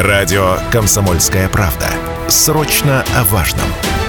Радио «Комсомольская правда». Срочно о важном.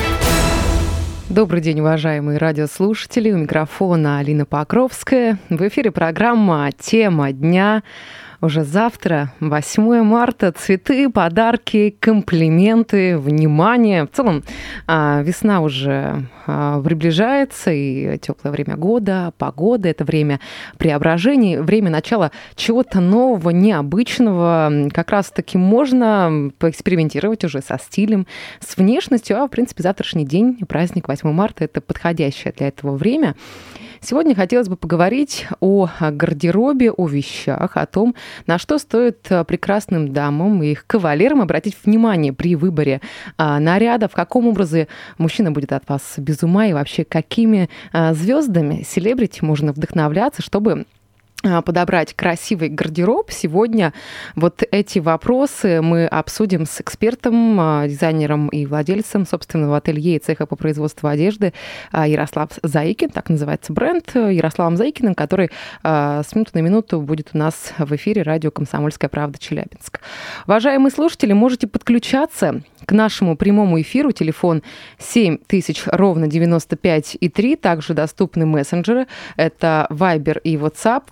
Добрый день, уважаемые радиослушатели. У микрофона Алина Покровская. В эфире программа «Тема дня». Уже завтра, 8 марта, цветы, подарки, комплименты, внимание. В целом, весна уже приближается, и теплое время года, погода, это время преображений, время начала чего-то нового, необычного. Как раз-таки можно поэкспериментировать уже со стилем, с внешностью, а, в принципе, завтрашний день, праздник 8 марта, это подходящее для этого время. Сегодня хотелось бы поговорить о гардеробе, о вещах, о том, на что стоит прекрасным дамам и их кавалерам обратить внимание при выборе наряда, в каком образе мужчина будет от вас без ума и вообще какими звездами, селебрити можно вдохновляться, чтобы подобрать красивый гардероб. Сегодня вот эти вопросы мы обсудим с экспертом, дизайнером и владельцем собственного ателье и цеха по производству одежды Ярослав Заикин, так называется бренд, Ярославом Заикиным, который с минуты на минуту будет у нас в эфире радио «Комсомольская правда» Челябинск. Уважаемые слушатели, можете подключаться к нашему прямому эфиру. Телефон 7000 ровно 95,3. Также доступны мессенджеры. Это Viber и WhatsApp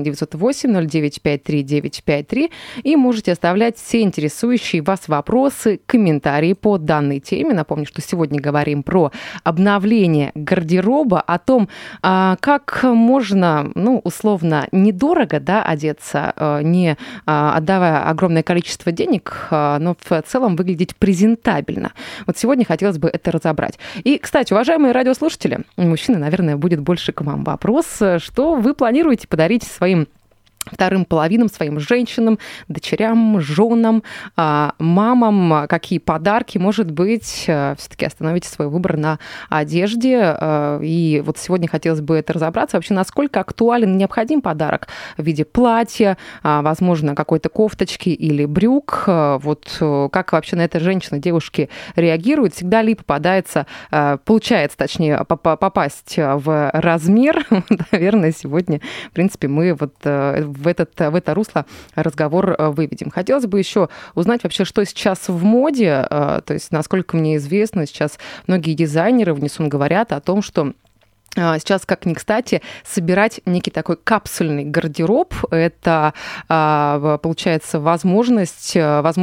8-908-0953-953. И можете оставлять все интересующие вас вопросы, комментарии по данной теме. Напомню, что сегодня говорим про обновление гардероба, о том, как можно, условно, недорого, одеться, не отдавая огромное количество денег, но в целом выглядеть презентабельно. Вот сегодня хотелось бы это разобрать. И, кстати, уважаемые радиослушатели, мужчины, наверное, будет больше к вам вопрос. Что вы планируете подарить своим вторым половинам, своим женщинам, дочерям, женам, мамам, какие подарки, может быть, все-таки остановите свой выбор на одежде. И вот сегодня хотелось бы это разобраться, вообще, насколько актуален и необходим подарок в виде платья, возможно, какой-то кофточки или брюк. Вот как вообще на это женщины, девушки реагируют, всегда ли получается, точнее, попасть в размер. Наверное, сегодня, в принципе, мы вот в это русло разговор выведем. Хотелось бы еще узнать вообще, что сейчас в моде. То есть, насколько мне известно, сейчас многие дизайнеры в унисон говорят о том, что сейчас, как ни кстати, собирать некий такой капсульный гардероб. Это, получается, возможность,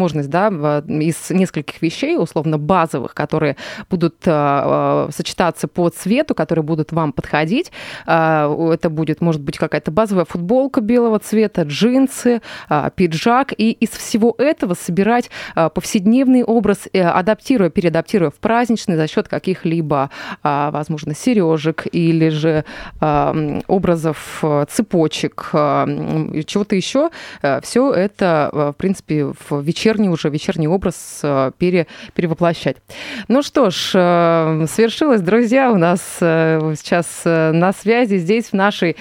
из нескольких вещей, условно базовых, которые будут сочетаться по цвету, которые будут вам подходить. Это будет, может быть, какая-то базовая футболка белого цвета, джинсы, пиджак. И из всего этого собирать повседневный образ, переадаптируя в праздничный за счет каких-либо, возможно, сережек или же образов, цепочек, чего-то еще. Все это, в принципе, в вечерний образ перевоплощать. Ну что ж, свершилось, друзья, у нас сейчас на связи здесь, в нашей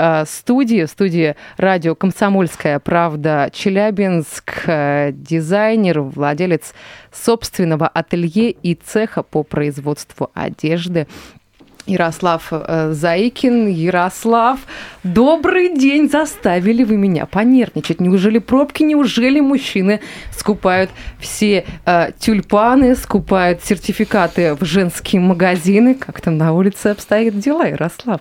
студии радио «Комсомольская правда» Челябинск, дизайнер, владелец собственного ателье и цеха по производству одежды Ярослав Заикин. Ярослав, добрый день! Заставили вы меня понервничать. Неужели пробки, неужели мужчины скупают все тюльпаны, скупают сертификаты в женские магазины? Как там на улице обстоят дела, Ярослав?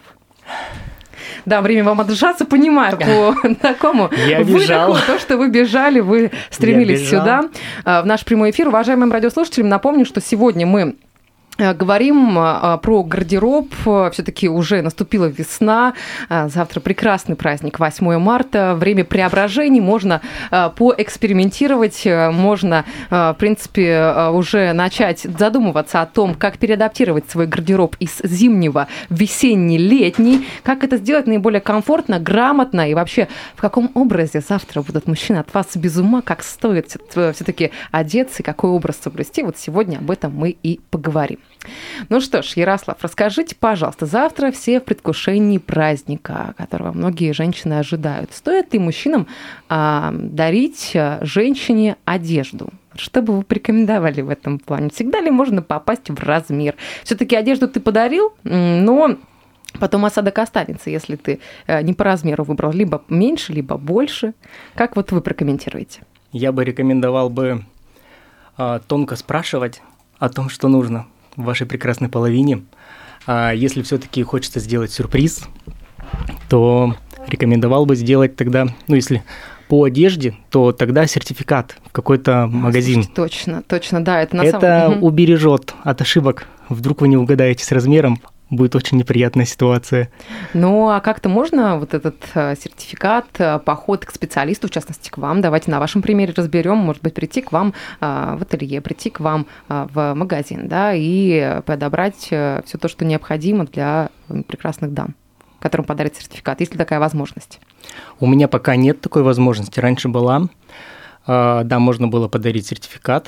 Да, время вам отдышаться, понимаю, по такому выдоху, то, что вы бежали, вы стремились сюда, в наш прямой эфир. Уважаемым радиослушателям напомню, что сегодня мы говорим про гардероб. Все-таки уже наступила весна. Завтра прекрасный праздник, 8 марта. Время преображений. Можно поэкспериментировать. Можно, в принципе, уже начать задумываться о том, как переадаптировать свой гардероб из зимнего в весенний-летний. Как это сделать наиболее комфортно, грамотно. И вообще, в каком образе завтра будут мужчины от вас без ума. Как стоит все-таки одеться и какой образ соблюсти. Вот сегодня об этом мы и поговорим. Ну что ж, Ярослав, расскажите, пожалуйста, завтра все в предвкушении праздника, которого многие женщины ожидают. Стоит ли мужчинам дарить женщине одежду? Что бы вы порекомендовали в этом плане? Всегда ли можно попасть в размер? Все-таки одежду ты подарил, но потом осадок останется, если ты не по размеру выбрал, либо меньше, либо больше. Как вот вы прокомментируете? я бы рекомендовал тонко спрашивать о том, что нужно вашей прекрасной половине. Если все-таки хочется сделать сюрприз, то рекомендовал бы сделать тогда, если по одежде, то тогда сертификат в какой-то магазин. Слушайте, точно, да, это на Это убережет от ошибок. Вдруг вы не угадаете с размером, будет очень неприятная ситуация. Ну, а как-то можно вот этот сертификат, поход к специалисту, в частности, к вам, давайте на вашем примере разберем, может быть, прийти к вам в ателье, прийти к вам в магазин, да, и подобрать все то, что необходимо для прекрасных дам, которым подарить сертификат, есть ли такая возможность? У меня пока нет такой возможности, раньше была. Да, можно было подарить сертификат.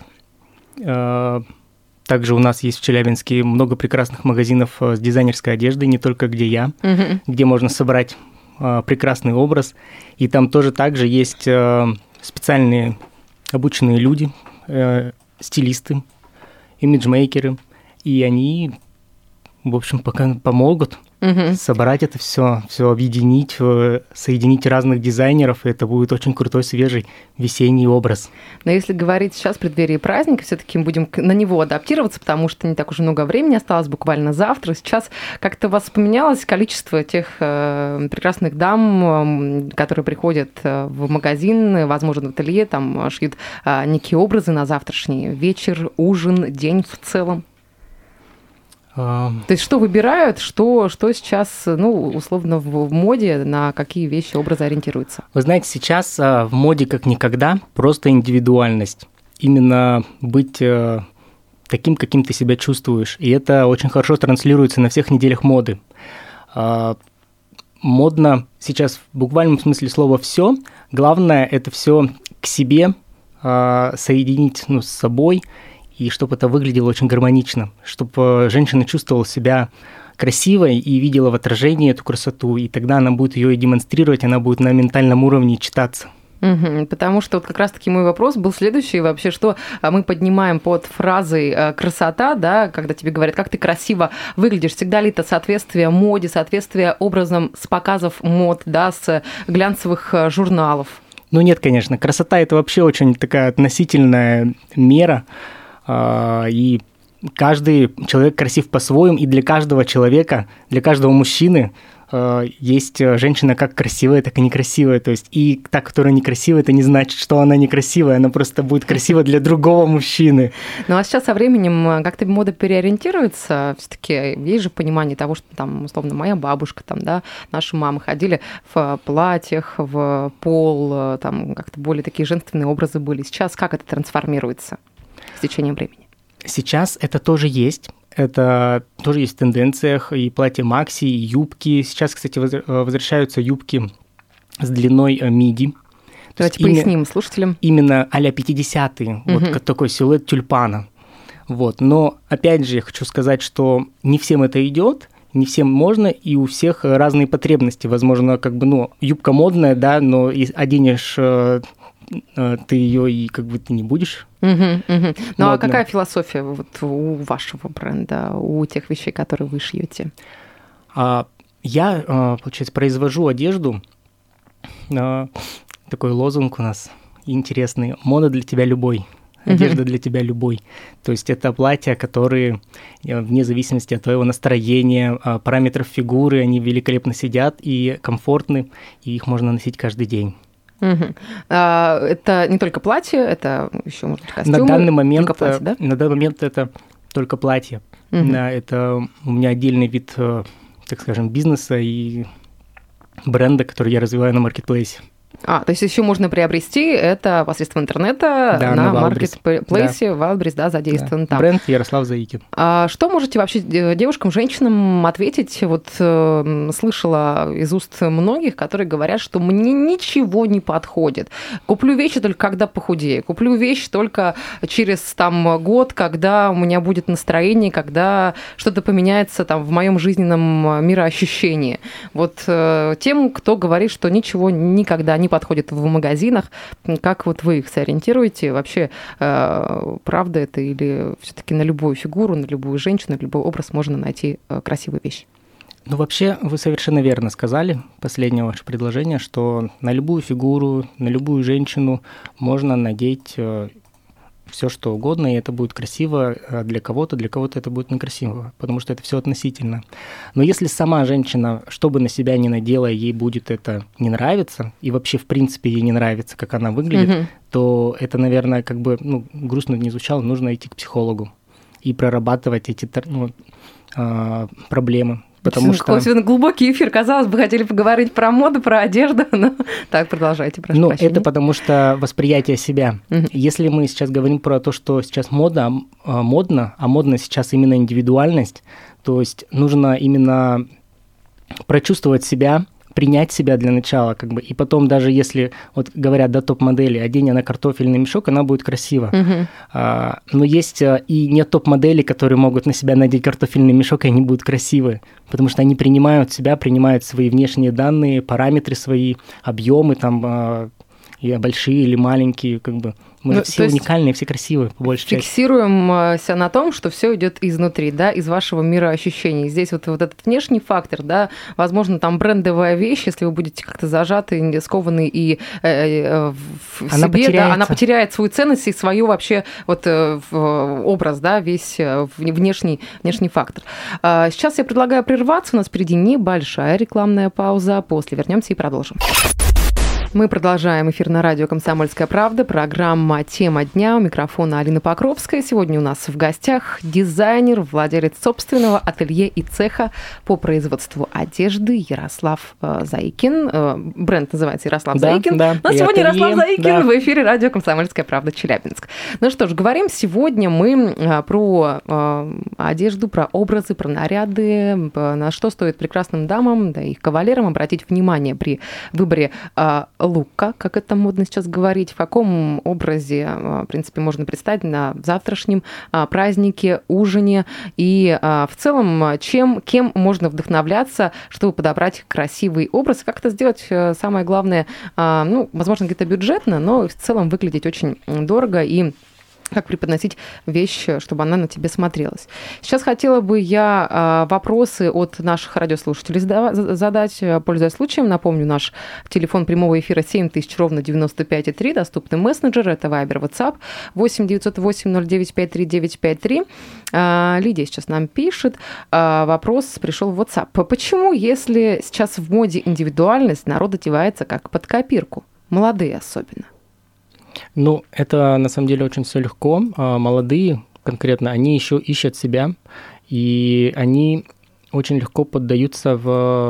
Также у нас есть в Челябинске много прекрасных магазинов с дизайнерской одеждой, не только где я, где можно собрать прекрасный образ. И там тоже также есть специальные обученные люди, стилисты, имиджмейкеры, и они, в общем, пока помогут собрать это все объединить, соединить разных дизайнеров, и это будет очень крутой, свежий весенний образ. Но если говорить сейчас в преддверии праздника, все-таки будем на него адаптироваться, потому что не так уж много времени осталось, буквально завтра. Сейчас как-то у вас поменялось количество тех прекрасных дам, которые приходят в магазин, возможно, в ателье, там шьют некие образы на завтрашний вечер, ужин, день в целом? То есть что выбирают, что сейчас, условно, в моде, на какие вещи, образы ориентируются? Вы знаете, сейчас в моде как никогда просто индивидуальность. Именно быть таким, каким ты себя чувствуешь. И это очень хорошо транслируется на всех неделях моды. Модно сейчас в буквальном смысле слова все. Главное это все к себе соединить с собой, и чтобы это выглядело очень гармонично, чтобы женщина чувствовала себя красивой и видела в отражении эту красоту, и тогда она будет ее и демонстрировать, она будет на ментальном уровне читаться. Потому что вот как раз-таки мой вопрос был следующий вообще, что мы поднимаем под фразой «красота», да, когда тебе говорят, как ты красиво выглядишь, всегда ли это соответствие моде, соответствие образом с показов мод, да, с глянцевых журналов? Нет, конечно, красота – это вообще очень такая относительная мера, и каждый человек красив по-своему, и для каждого человека, для каждого мужчины есть женщина как красивая, так и некрасивая. То есть и та, которая некрасивая, это не значит, что она некрасивая, она просто будет красива для другого мужчины. Ну а сейчас со временем как-то мода переориентируется, все-таки есть же понимание того, что там, условно, моя бабушка, там, да, наши мамы ходили в платьях, в пол, там как-то более такие женственные образы были. Сейчас как это трансформируется с течением времени? Сейчас это тоже есть. Это тоже есть в тенденциях, и платья макси, и юбки. Сейчас, кстати, возвращаются юбки с длиной миди. Давайте поясним слушателям. Именно а-ля 50-е, вот такой силуэт тюльпана. Но, опять же, я хочу сказать, что не всем это идет, не всем можно, и у всех разные потребности. Возможно, юбка модная, да, но оденешь ты ее и ты не будешь. А какая философия у вашего бренда, у тех вещей, которые вы шьете? Я, получается, произвожу одежду. Такой лозунг у нас интересный. Мода для тебя любой. Одежда для тебя любой. То есть это платья, которые вне зависимости от твоего настроения, параметров фигуры, они великолепно сидят и комфортны, и их можно носить каждый день. Это не только платье, это еще, может быть, костюмы? На данный момент, платье, да? На данный момент это только платье. Да, это у меня отдельный вид, так скажем, бизнеса и бренда, который я развиваю на маркетплейсе. То есть еще можно приобрести это посредством интернета, да, на маркетплейсе, в Wildberries, да, задействован там. Бренд Ярослав Заикин. Что можете вообще девушкам, женщинам ответить? Слышала из уст многих, которые говорят, что мне ничего не подходит. Куплю вещи только когда похудею, куплю вещи только через год, когда у меня будет настроение, когда что-то поменяется в моем жизненном мироощущении. Тем, кто говорит, что ничего никогда не подходит в магазинах, как вы их сориентируете? Вообще, правда это или все-таки на любую фигуру, на любую женщину, на любой образ можно найти красивую вещь? Ну, вообще, вы совершенно верно сказали, последнее ваше предложение, что на любую фигуру, на любую женщину можно надеть все что угодно, и это будет красиво для кого-то это будет некрасиво, потому что это все относительно. Но если сама женщина, что бы на себя ни надела, ей будет это не нравиться, и вообще, в принципе, ей не нравится, как она выглядит, то это, наверное, как бы, грустно не звучало, нужно идти к психологу и прорабатывать эти проблемы. Потому что... Какой сегодня глубокий эфир. Казалось бы, хотели поговорить про моду, про одежду. Но... Так, продолжайте, прошу прощения. Это потому что восприятие себя. Если мы сейчас говорим про то, что сейчас модно сейчас именно индивидуальность, то есть нужно именно прочувствовать себя, принять себя для начала, как бы, и потом даже если, вот говорят, да, топ-модели, одень она картофельный мешок, она будет красива. Но есть и нет топ-моделей, которые могут на себя надеть картофельный мешок, и они будут красивы, потому что они принимают себя, принимают свои внешние данные, параметры свои, объемы там, и большие или маленькие, как бы. Мы все уникальные, все красивые, по большей части. Фиксируемся на том, что все идет изнутри, да, из вашего мира ощущений. Здесь вот этот внешний фактор, да, возможно, там брендовая вещь, если вы будете как-то зажаты, скованы и в она себе, потеряется. Да, она потеряет свою ценность и свою вообще вот образ, да, весь внешний фактор. Сейчас я предлагаю прерваться, у нас впереди небольшая рекламная пауза, после вернемся и продолжим. Мы продолжаем эфир на радио «Комсомольская правда». Программа «Тема дня». У микрофона Алина Покровская. Сегодня у нас в гостях дизайнер, владелец собственного ателье и цеха по производству одежды Ярослав Заикин. Бренд называется Ярослав Заикин. Да, но сегодня Ярослав Заикин в эфире радио «Комсомольская правда» Челябинск. Ну что ж, говорим сегодня мы про одежду, про образы, про наряды, на что стоит прекрасным дамам, да и их кавалерам обратить внимание при выборе лука, как это модно сейчас говорить, в каком образе, в принципе, можно представить на завтрашнем празднике, ужине, и в целом, кем можно вдохновляться, чтобы подобрать красивый образ, как это сделать, самое главное, возможно, где-то бюджетно, но в целом выглядеть очень дорого и как преподносить вещь, чтобы она на тебе смотрелась. Сейчас хотела бы я вопросы от наших радиослушателей задать, пользуясь случаем. Напомню, наш телефон прямого эфира 7000 ровно 95,3, доступны мессенджеры, это Viber, WhatsApp, 8 908 0953 953. Лидия сейчас нам пишет, вопрос пришел в WhatsApp. Почему, если сейчас в моде индивидуальность, народ одевается как под копирку? Молодые особенно. Это на самом деле очень все легко. Молодые конкретно, они еще ищут себя, и они очень легко поддаются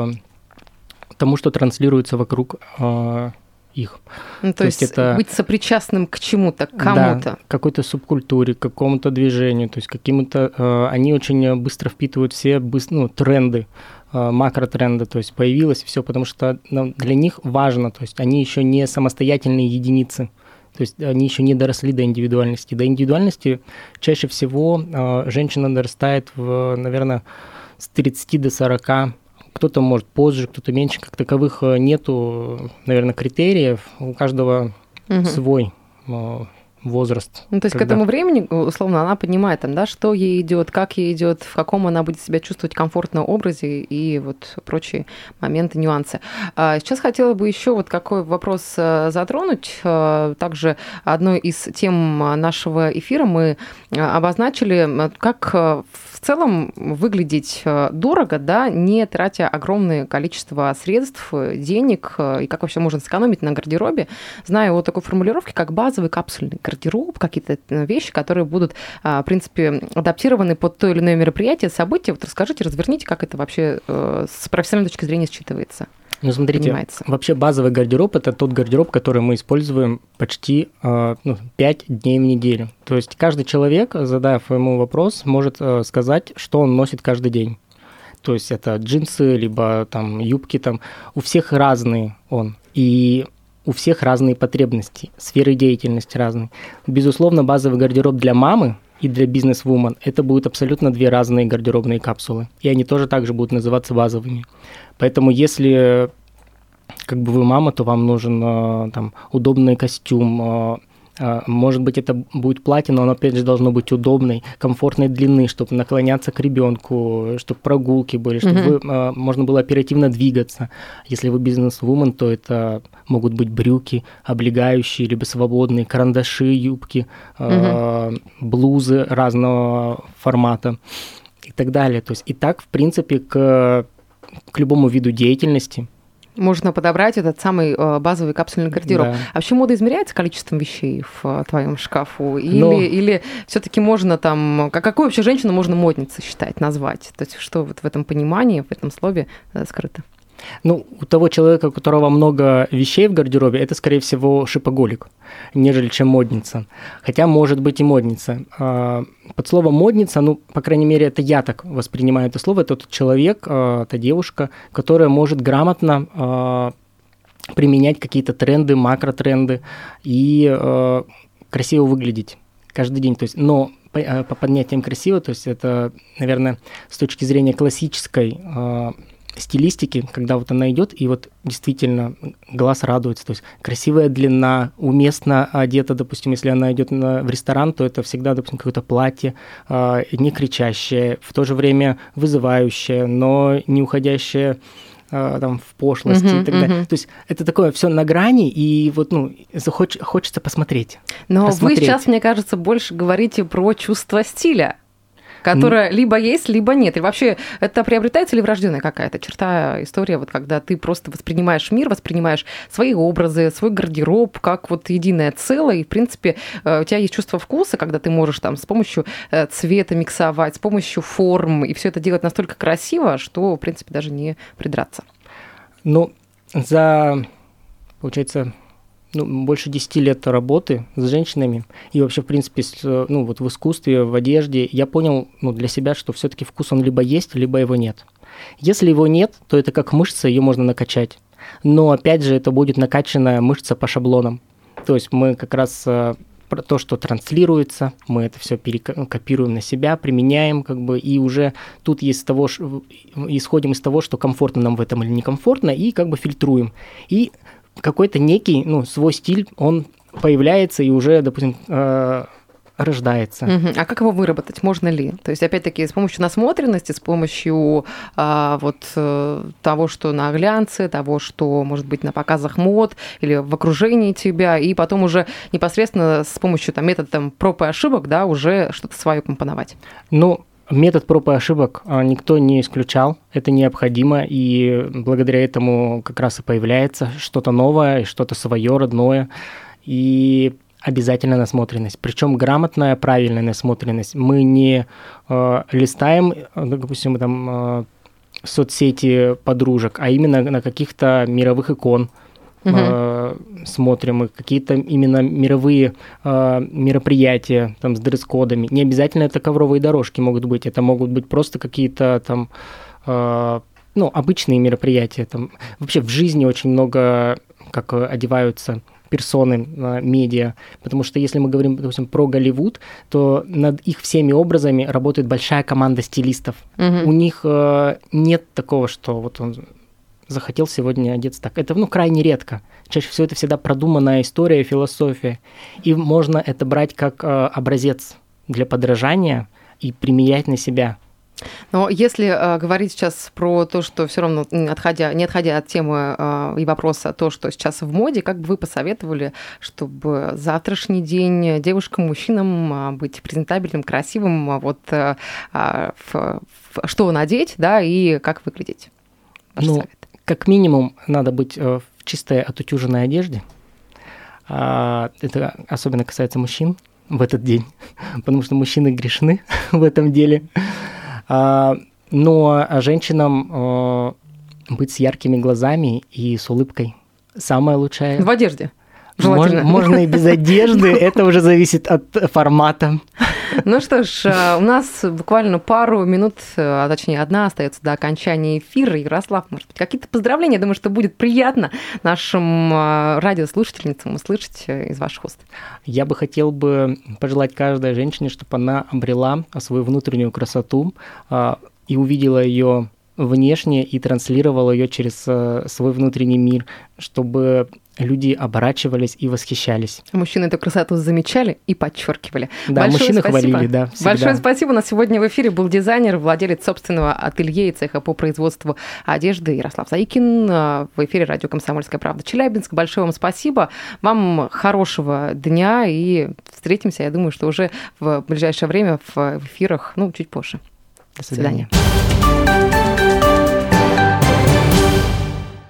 тому, что транслируется вокруг их. То есть это быть сопричастным к чему-то, к кому-то. Да, к какой-то субкультуре, к какому-то движению, то есть каким-то... Они очень быстро впитывают все тренды, макротренды, то есть появилось все, потому что для них важно, то есть они еще не самостоятельные единицы. То есть они еще не доросли до индивидуальности. До индивидуальности чаще всего женщина дорастает, наверное, с 30 до 40. Кто-то может позже, кто-то меньше. Как таковых нету, наверное, критериев. У каждого свой возраст. То есть к этому времени, условно, она понимает, что ей идет, как ей идет, в каком она будет себя чувствовать комфортно образе и вот прочие моменты, нюансы. Сейчас хотела бы еще вот какой вопрос затронуть. Также одной из тем нашего эфира мы обозначили, как в целом выглядеть дорого, да, не тратя огромное количество средств, денег, и как вообще можно сэкономить на гардеробе, зная о такой формулировке, как базовый капсульный гардероб, какие-то вещи, которые будут, в принципе, адаптированы под то или иное мероприятие, событие. Вот расскажите, разверните, как это вообще с профессиональной точки зрения считывается. Смотрите, понимается. Вообще базовый гардероб – это тот гардероб, который мы используем почти 5 дней в неделю. То есть каждый человек, задав ему вопрос, может сказать, что он носит каждый день. То есть это джинсы, либо там юбки, там у всех разные он. И у всех разные потребности, сферы деятельности разные. Безусловно, базовый гардероб для мамы и для бизнес-вумен – это будут абсолютно две разные гардеробные капсулы. И они тоже также будут называться базовыми. Поэтому если вы мама, то вам нужен удобный костюм, Может быть, это будет платье, но оно, опять же, должно быть удобной, комфортной длины, чтобы наклоняться к ребенку, чтобы прогулки были, чтобы можно было оперативно двигаться. Если вы бизнес-вумен, то это могут быть брюки, облегающие, либо свободные, карандаши, юбки, блузы разного формата и так далее. То есть и так, в принципе, к любому виду деятельности можно подобрать этот самый базовый капсульный гардероб. Да. А вообще мода измеряется количеством вещей в твоем шкафу? Или все-таки можно там... Какую вообще женщину можно модницей считать, назвать? То есть что вот в этом понимании, в этом слове скрыто? Ну, у того человека, у которого много вещей в гардеробе, это, скорее всего, шопоголик, нежели чем модница. Хотя, может быть, и модница. Под словом «модница», ну, по крайней мере, это я так воспринимаю это слово, это тот человек, та девушка, которая может грамотно применять какие-то тренды, макротренды и красиво выглядеть каждый день. То есть, но по поднятиям красиво, то есть это, наверное, с точки зрения классической стилистики, когда вот она идет, и вот действительно глаз радуется, то есть красивая длина, уместно одета, допустим, если она идет в ресторан, то это всегда, допустим, какое-то платье, не кричащее, в то же время вызывающее, но не уходящее там в пошлости и так далее. То есть это такое все на грани, и вот, ну, хочется посмотреть. Но вы сейчас, мне кажется, больше говорите про чувство стиля, которая либо есть, либо нет. И вообще это приобретается или врожденная какая-то черта, история, вот когда ты просто воспринимаешь мир, воспринимаешь свои образы, свой гардероб как вот единое целое, и, в принципе, у тебя есть чувство вкуса, когда ты можешь там с помощью цвета миксовать, с помощью форм, и все это делать настолько красиво, что, в принципе, даже не придраться. Ну, получается, больше 10 лет работы с женщинами и вообще, в принципе, вот в искусстве, в одежде, я понял для себя, что все-таки вкус он либо есть, либо его нет. Если его нет, то это как мышца, ее можно накачать. Но, опять же, это будет накачанная мышца по шаблонам. То есть мы как раз про то, что транслируется, мы это все копируем на себя, применяем, и уже тут исходим из того, что комфортно нам в этом или некомфортно, и фильтруем. И какой-то некий, свой стиль, он появляется и уже, допустим, рождается. А как его выработать? Можно ли? То есть, опять-таки, с помощью насмотренности, с помощью того, что на глянце, того, что, может быть, на показах мод или в окружении тебя, и потом уже непосредственно с помощью метода проб и ошибок, да, уже что-то свое компоновать. Метод проб и ошибок никто не исключал, это необходимо, и благодаря этому как раз и появляется что-то новое, что-то свое, родное, и обязательно насмотренность. Причем грамотная, правильная насмотренность. Мы не листаем, допустим, соцсети подружек, а именно на каких-то мировых икон. Смотрим, и какие-то именно мировые мероприятия с дресс-кодами. Не обязательно это ковровые дорожки могут быть, это могут быть просто какие-то обычные мероприятия. Вообще в жизни очень много как одеваются персоны, медиа, потому что если мы говорим, допустим, про Голливуд, то над их всеми образами работает большая команда стилистов. У них нет такого, что вот он захотел сегодня одеться так. Это, крайне редко. Чаще всего это всегда продуманная история, философия. И можно это брать как образец для подражания и применять на себя. Но если говорить сейчас про то, что все равно, не отходя от темы и вопроса, то, что сейчас в моде, как бы вы посоветовали, чтобы завтрашний день девушкам, мужчинам быть презентабельным, красивым, что надеть, да, и как выглядеть? Ваш совет. Как минимум, надо быть в чистой отутюженной одежде. Это особенно касается мужчин в этот день, потому что мужчины грешны в этом деле. Но женщинам быть с яркими глазами и с улыбкой. Самое лучшее. В одежде. Желательно. Можно и без одежды, это уже зависит от формата. Ну что ж, у нас буквально пару минут, а точнее одна остается до окончания эфира. Ярослав, может быть, какие-то поздравления? Думаю, что будет приятно нашим радиослушательницам услышать из ваших уст. Я бы хотел пожелать каждой женщине, чтобы она обрела свою внутреннюю красоту и увидела ее внешне и транслировал ее через свой внутренний мир, чтобы люди оборачивались и восхищались. Мужчины эту красоту замечали и подчеркивали. Да, Большое мужчины спасибо. хвалили, да, всегда. Большое спасибо. У нас сегодня в эфире был дизайнер, владелец собственного ателье и цеха по производству одежды Ярослав Заикин. В эфире радио «Комсомольская правда» Челябинск. Большое вам спасибо. Вам хорошего дня и встретимся, я думаю, что уже в ближайшее время в эфирах, чуть позже. До свидания. До свидания.